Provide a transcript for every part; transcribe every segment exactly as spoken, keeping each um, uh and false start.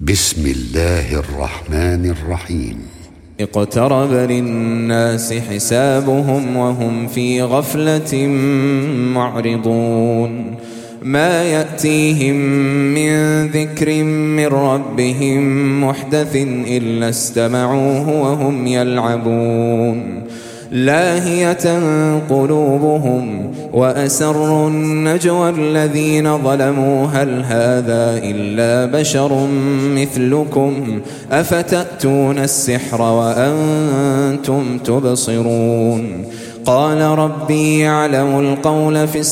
بسم الله الرحمن الرحيم. اقترب للناس حسابهم وهم في غفلة معرضون. ما يأتيهم من ذكر من ربهم محدث إلا استمعوه وهم يلعبون. لاهية قلوبهم وأسروا النجوى الذين ظلموا هل هذا إلا بشر مثلكم أفتأتون السحر وأنتم تبصرون. قال ربي يعلم القول في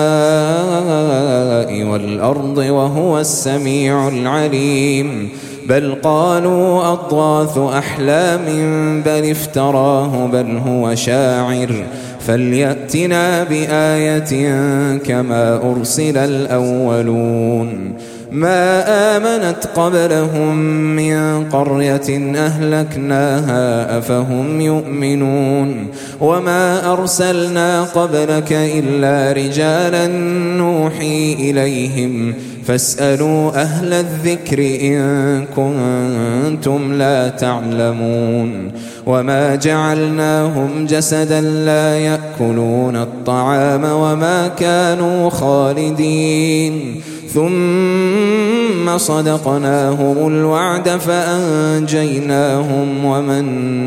السماء والأرض وهو السميع العليم. بل قالوا أضغاث أحلام بل افتراه بل هو شاعر فليأتنا بآية كما أرسل الأولون. ما آمنت قبلهم من قرية أهلكناها أفهم يؤمنون. وما أرسلنا قبلك إلا رجالا نوحي إليهم فاسألوا أهل الذكر إن كنتم لا تعلمون. وما جعلناهم جسدا لا يأكلون الطعام وما كانوا خالدين. ثم صدقناهم الوعد فأنجيناهم ومن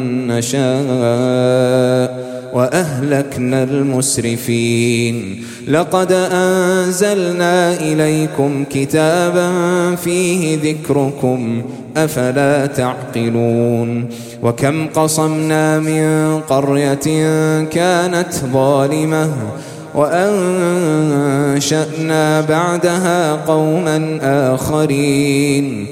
نشاء وأهلكنا المسرفين. لقد أنزلنا إليكم كتابا فيه ذكركم أفلا تعقلون. وكم قصمنا من قرية كانت ظالمة وأنشأنا بعدها قوما آخرين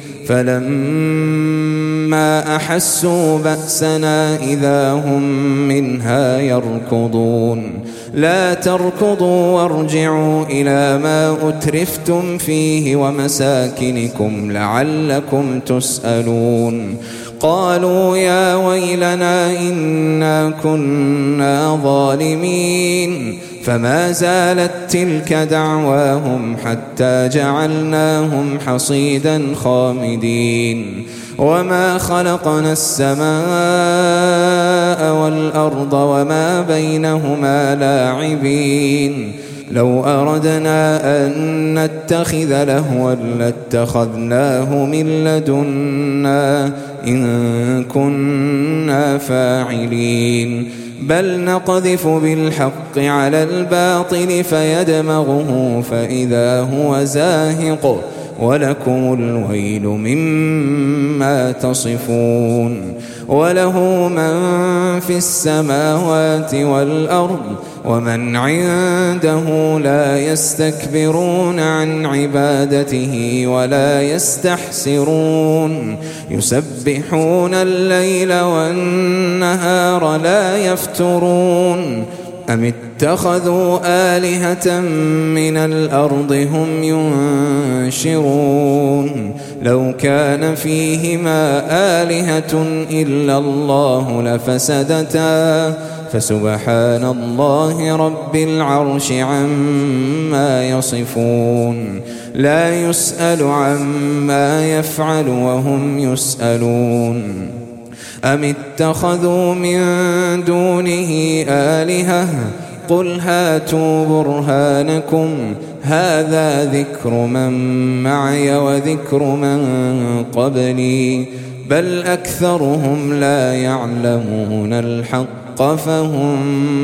فلما أحسوا بأسنا إذا هم منها يركضون. لا تركضوا وارجعوا إلى ما أترفتم فيه ومساكنكم لعلكم تسألون. قالوا يا ويلنا إنا كنا ظالمين. فما زالت تلك دعواهم حتى جعلناهم حصيدا خامدين. وما خلقنا السماء والأرض وما بينهما لاعبين. لو أردنا أن نتخذ لهوا لاتخذناه من لدنا إن كنا فاعلين. بل نقذف بالحق على الباطل فيدمغه فإذا هو زاهق ولكم الويل مما تصفون. وله من في السماوات والأرض ومن عنده لا يستكبرون عن عبادته ولا يستحسرون. يسبحون الليل والنهار لا يفترون. أم اتخذوا آلهة من الأرض هم ينشرون. لو كان فيهما آلهة إلا الله لفسدتا فسبحان الله رب العرش عما يصفون. لا يسأل عما يفعل وهم يسألون. أم اتخذوا من دونه آلهة قل هاتوا برهانكم هذا ذكر من معي وذكر من قبلي بل أكثرهم لا يعلمون الحق فهم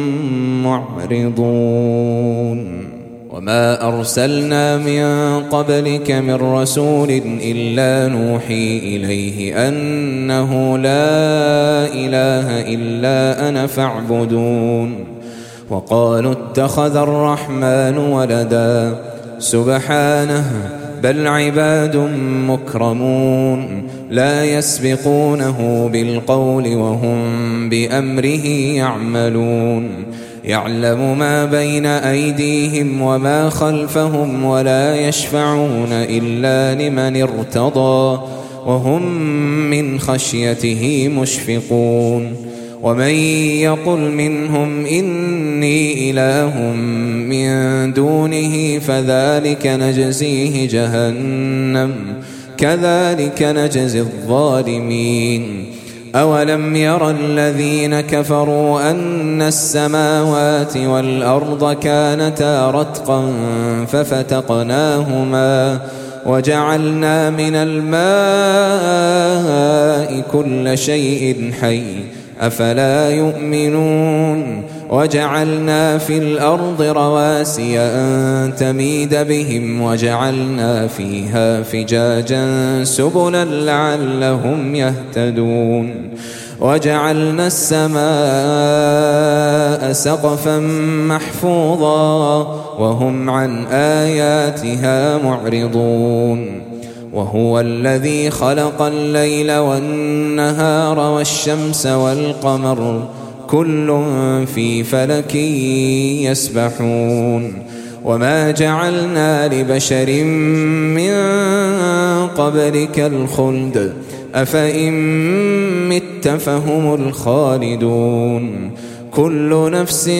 معرضون. وما أرسلنا من قبلك من رسول إلا نوحي إليه أنه لا إله إلا أنا فاعبدون. وقالوا اتخذ الرحمن ولدا سبحانه بل عباد مكرمون لا يسبقونه بالقول وهم بأمره يعملون. يعلم ما بين أيديهم وما خلفهم ولا يشفعون إلا لمن ارتضى وهم من خشيته مشفقون. ومن يقل منهم إني إله من دونه فذلك نجزيه جهنم كذلك نجزي الظالمين أولم ير الذين كفروا أن السماوات والأرض كانتا رتقا ففتقناهما وجعلنا من الماء كل شيء حي أفلا يؤمنون وجعلنا في الأرض رواسي أن تميد بهم وجعلنا فيها فجاجا سبلا لعلهم يهتدون وجعلنا السماء سقفا محفوظا وهم عن آياتها معرضون وهو الذي خلق الليل والنهار والشمس والقمر كل في فلك يسبحون وما جعلنا لبشر من قبلك الخلد أفإن مت فهم الخالدون كل نفس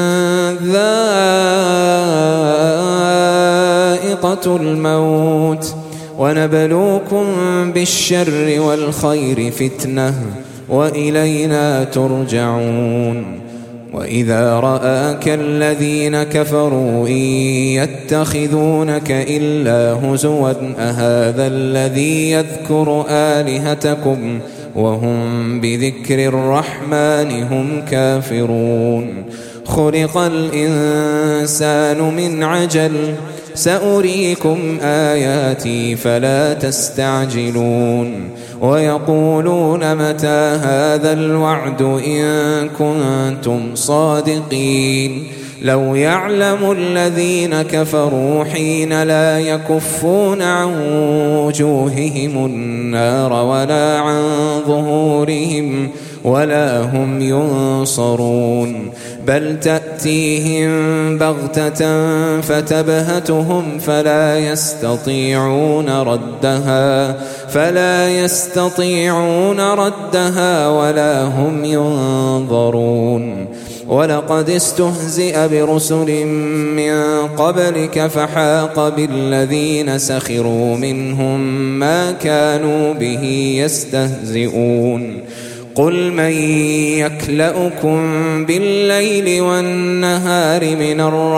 ذائقة الموت ونبلوكم بالشر والخير فتنة وإلينا ترجعون وإذا رآك الذين كفروا إن يتخذونك إلا هزوا أهذا الذي يذكر آلهتكم وهم بذكر الرحمن هم كافرون خلق الإنسان من عجل سأريكم آياتي فلا تستعجلون ويقولون متى هذا الوعد إن كنتم صادقين لو يعلم الذين كفروا حين لا يكفون عن وجوههم النار ولا عن ظهورهم ولا هم ينصرون بل تأتيهم بغتة فتبهتهم فلا يستطيعون ردها فلا يستطيعون ردها ولا هم ينظرون ولقد استهزئ برسل من قبلك فحاق بالذين سخروا منهم ما كانوا به يستهزئون قل من يكلؤكم بالليل والنهار من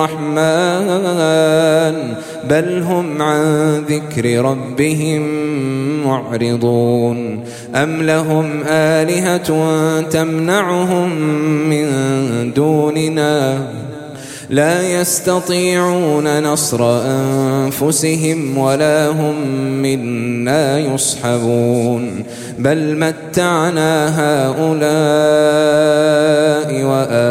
الرحمن بل هم عن ذكر ربهم معرضون أم لهم آلهة تمنعهم من دوننا لا يستطيعون نصر أنفسهم ولا هم منا يصحبون بل متعنا هؤلاء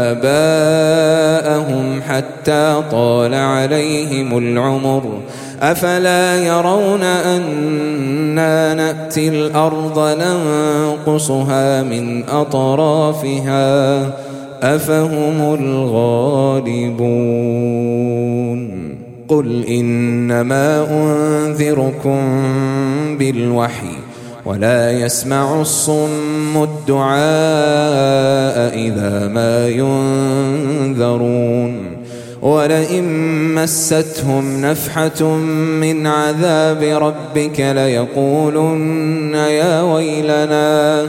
وآباءهم حتى طال عليهم العمر أفلا يرون أنا نأتي الأرض ننقصها من أطرافها أفهم الغالبون قل إنما أنذركم بالوحي ولا يسمع الصم الدعاء إذا ما ينذرون ولئن مستهم نفحة من عذاب ربك ليقولن يا ويلنا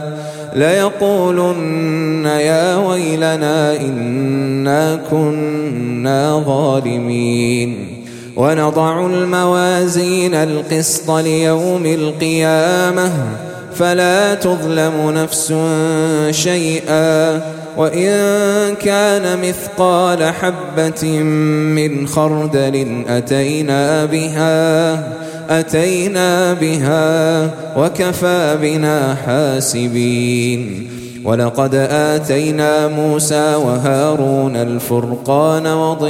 ليقولن يا ويلنا إنا كنا ظالمين ونضع الموازين القسط ليوم القيامة فلا تظلم نفس شيئا وإن كان مثقال حبة من خردل أتينا بها أتينا بها وكفى بنا حاسبين ولقد آتينا موسى وهارون الفرقان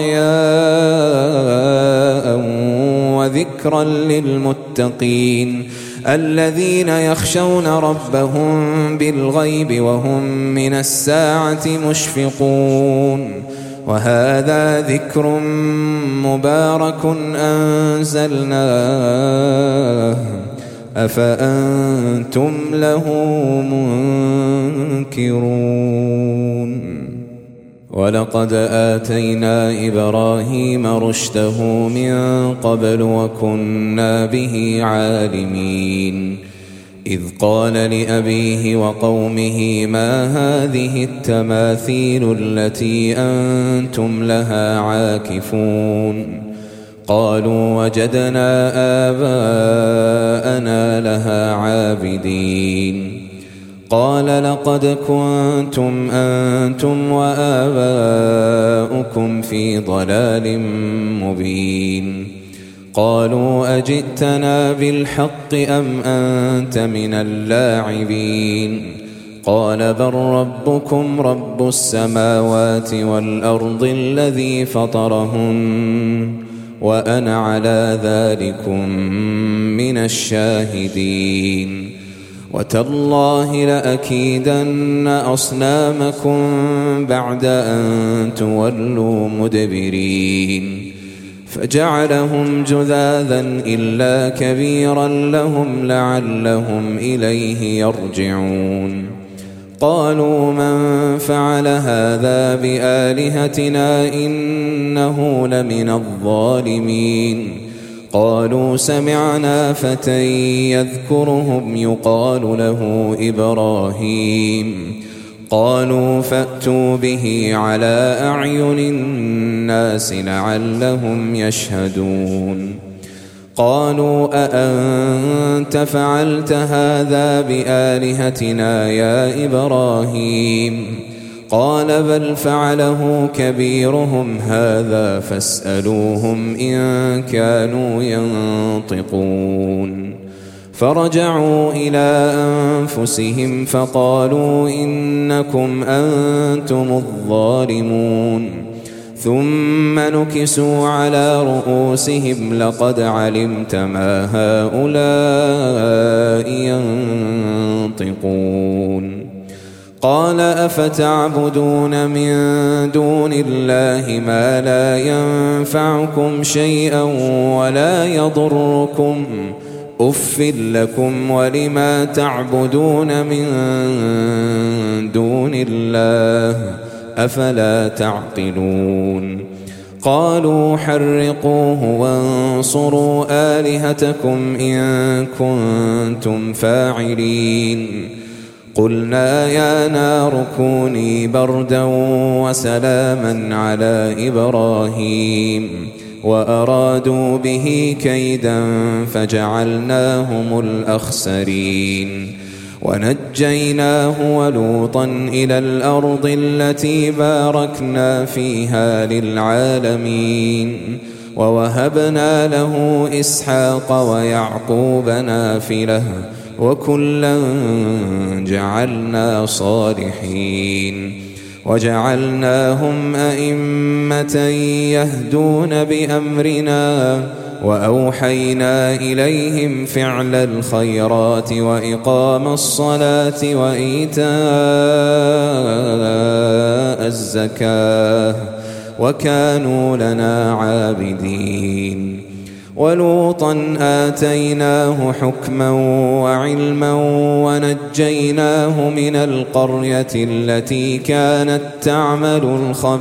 وضياء وذكرا للمتقين الذين يخشون ربهم بالغيب وهم من الساعة مشفقون وهذا ذكر مبارك أنزلناه أفأنتم له منكرون ولقد آتينا إبراهيم رشده من قبل وكنا به عالمين إذ قال لأبيه وقومه ما هذه التماثيل التي أنتم لها عاكفون قالوا وجدنا آباءنا لها عابدين قال لقد كنتم أنتم وآباؤكم في ضلال مبين قالوا أجئتنا بالحق أم أنت من اللاعبين قال بل ربكم رب السماوات والأرض الذي فطرهن وأنا على ذلكم من الشاهدين وتالله لأكيدن أصنامكم بعد أن تولوا مدبرين فجعلهم جذاذا إلا كبيرا لهم لعلهم إليه يرجعون قالوا من فعل هذا بآلهتنا إنه لمن الظالمين قالوا سمعنا فتى يذكرهم يقال له إبراهيم قالوا فأتوا به على أعين الناس لعلهم يشهدون قالوا أأنت فعلت هذا بآلهتنا يا إبراهيم قال بل فعله كبيرهم هذا فاسألوهم إن كانوا ينطقون فرجعوا إلى أنفسهم فقالوا إنكم أنتم الظالمون ثم نكسوا على رؤوسهم لقد علمت ما هؤلاء ينطقون قال أفتعبدون من دون الله ما لا ينفعكم شيئا ولا يضركم أف لكم ولما تعبدون من دون الله أفلا تعقلون قالوا حرقوه وانصروا آلهتكم إن كنتم فاعلين قلنا يا نار كوني بردا وسلاما على إبراهيم وأرادوا به كيدا فجعلناهم الأخسرين ونجيناه ولوطا إلى الأرض التي باركنا فيها للعالمين ووهبنا له إسحاق ويعقوب نافلة وكلا جعلنا صالحين وجعلناهم أئمة يهدون بأمرنا وأوحينا إليهم فعل الخيرات وإقام الصلاة وإيتاء الزكاة وكانوا لنا عابدين ولوطا آتيناه حكما وعلما ونجيناه من القرية التي كانت تعمل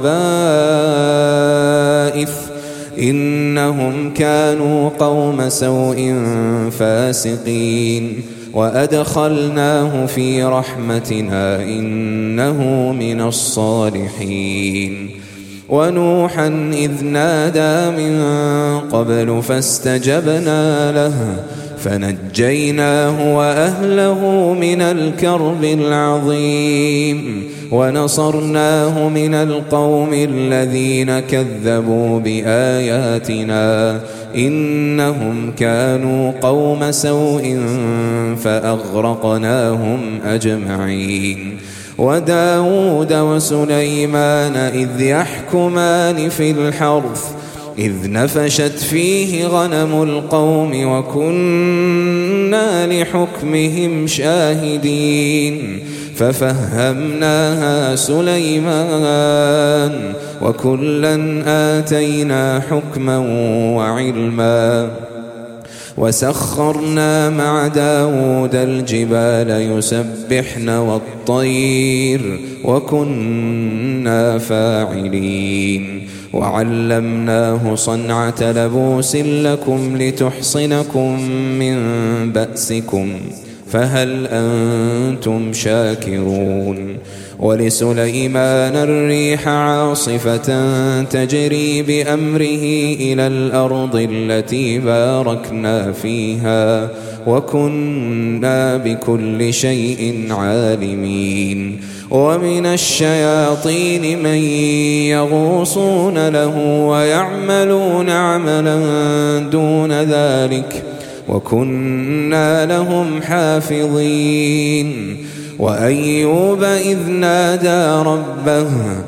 الخبائث إنهم كانوا قوم سوء فاسقين وأدخلناه في رحمتنا إنه من الصالحين ونوحا إذ نادى من قبل فاستجبنا له فنجيناه وأهله من الكرب العظيم ونصرناه من القوم الذين كذبوا بآياتنا إنهم كانوا قوم سوء فأغرقناهم أجمعين وداود وسليمان إذ يحكمان في الحرث إذ نفشت فيه غنم القوم وكنا لحكمهم شاهدين ففهمناها سليمان وكلا آتينا حكما وعلما وسخرنا مع داود الجبال يسبحن والطير وكنا فاعلين وعلمناه صنعة لبوس لكم لتحصنكم من بأسكم فهل أنتم شاكرون ولسليمان الريح عاصفة تجري بأمره إلى الأرض التي باركنا فيها وكنا بكل شيء عالمين ومن الشياطين من يغوصون له ويعملون عملا دون ذلك وكنا لهم حافظين وأيوب إذ نادى ربه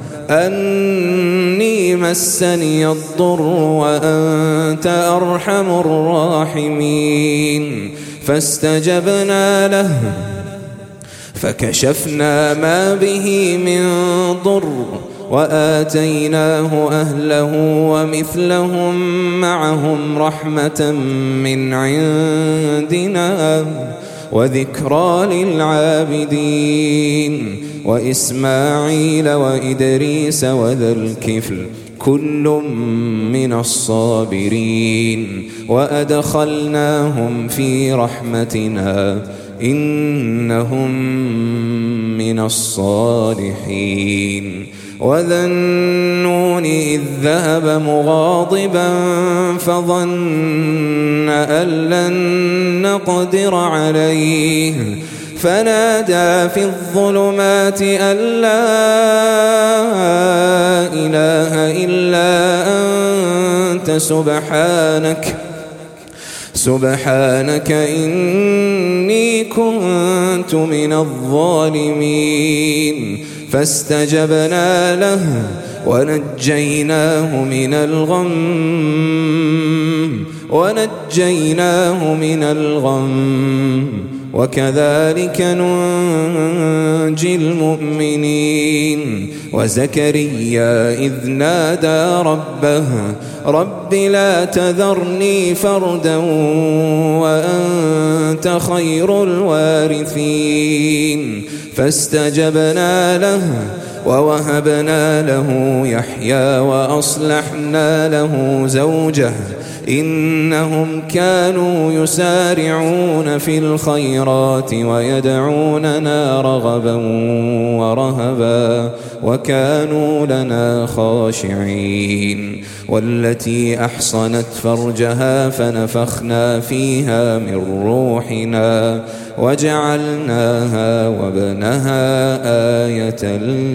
أني مسني الضر وأنت أرحم الراحمين فاستجبنا له فكشفنا ما به من ضر وآتيناه أهله ومثلهم معهم رحمة من عندنا وذكرى للعابدين وإسماعيل وإدريس وذا الكفل كل من الصابرين وأدخلناهم في رحمتنا إنهم من الصالحين وذا النون إذ ذهب مغاضبا فظن أن لن نقدر عليه فنادى في الظلمات أن لا إله إلا أنت سبحانك سبحانك إني كنت من الظالمين فاستجبنا له ونجيناه من الغم ونجيناه من الغم وكذلك ننجي المؤمنين وزكريا إذ نادى ربه رب لا تذرني فردا وأنت خير الوارثين فاستجبنا له ووهبنا له يحيى وأصلحنا له زوجه إنهم كانوا يسارعون في الخيرات ويدعوننا رغبا ورهبا وكانوا لنا خاشعين والتي أحصنت فرجها فنفخنا فيها من روحنا وجعلناها وابنها آية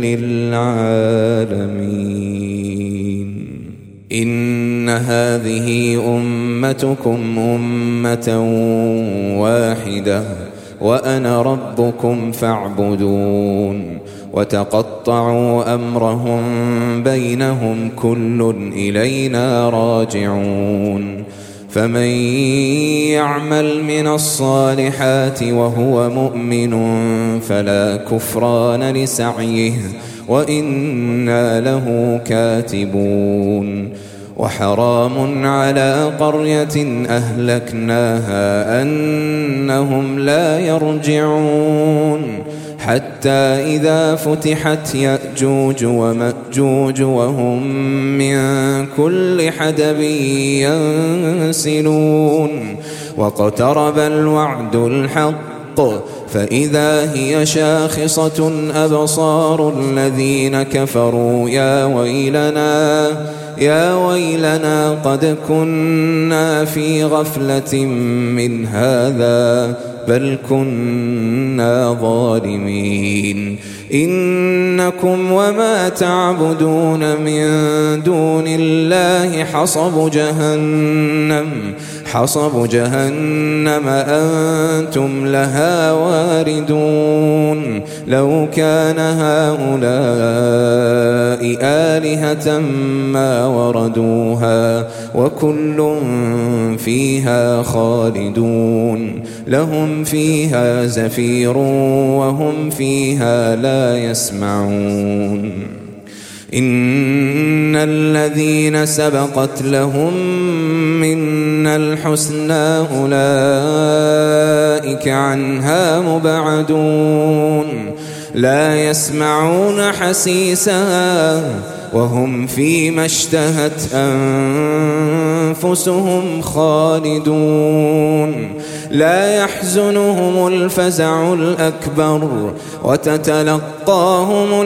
للعالمين إن هذه أمتكم أمة واحدة وأنا ربكم فاعبدون وتقطعوا أمرهم بينهم كل إلينا راجعون فمن يعمل من الصالحات وهو مؤمن فلا كفران لسعيه وإنا له كاتبون وحرام على قرية أهلكناها أنهم لا يرجعون حتى إذا فتحت يأجوج ومأجوج وهم من كل حدب ينسلون واقترب الوعد الحق فإذا هي شاخصة أبصار الذين كفروا يا ويلنا يا ويلنا قد كنا في غفلة من هذا بل كنا ظالمين إنكم وما تعبدون من دون الله حصب جهنم حصب جهنم أنتم لها واردون لو كان هؤلاء آلهة ما وردوها وكل فيها خالدون لهم فيها زفير وهم فيها لا يسمعون إن الذين سبقت لهم منا الحسنى أولئك عنها مبعدون لا يسمعون حسيسها وهم فيما اشتهت أنفسهم خالدون لا يحزنهم الفزع الأكبر وتتلقاهم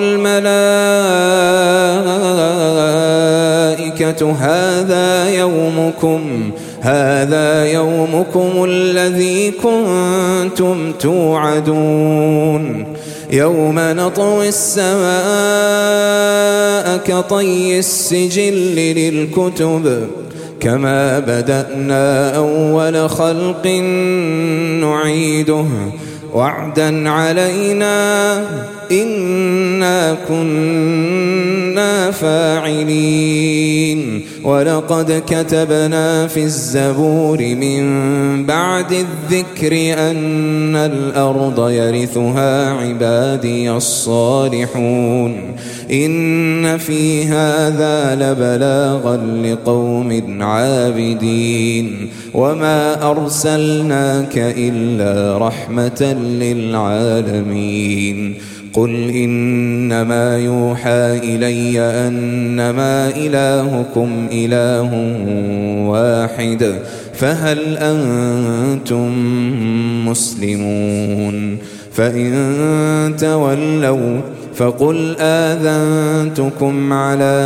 الملائكة هذا يومكم هذا يومكم الذي كنتم توعدون يوم نطوي السماء كطي السجل للكتب كما بدأنا أول خلق نعيده وعدا علينا إنا كنا فاعلين ولقد كتبنا في الزبور من بعد الذكر أن الأرض يرثها عبادي الصالحون إن في هذا لبلاغا لقوم عابدين وما أرسلناك إلا رحمة للعالمين قل إنما يوحى إلي أنما إلهكم إله واحد فهل أنتم مسلمون فإن تولوا فقل آذنتكم على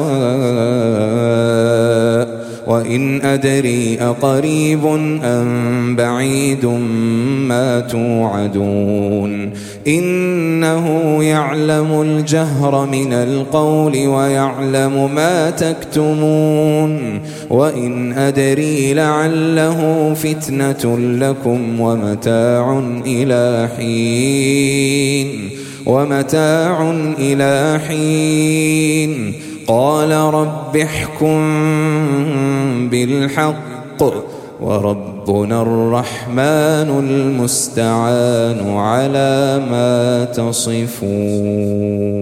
سواء وإن أدري أقريب أم بعيد ما توعدون إنه يعلم الجهر من القول ويعلم ما تكتمون وإن أدري لعله فتنة لكم ومتاع إلى حين ومتاع إلى حين قال رب احكم بالحق وربنا الرحمن المستعان على ما تصفون.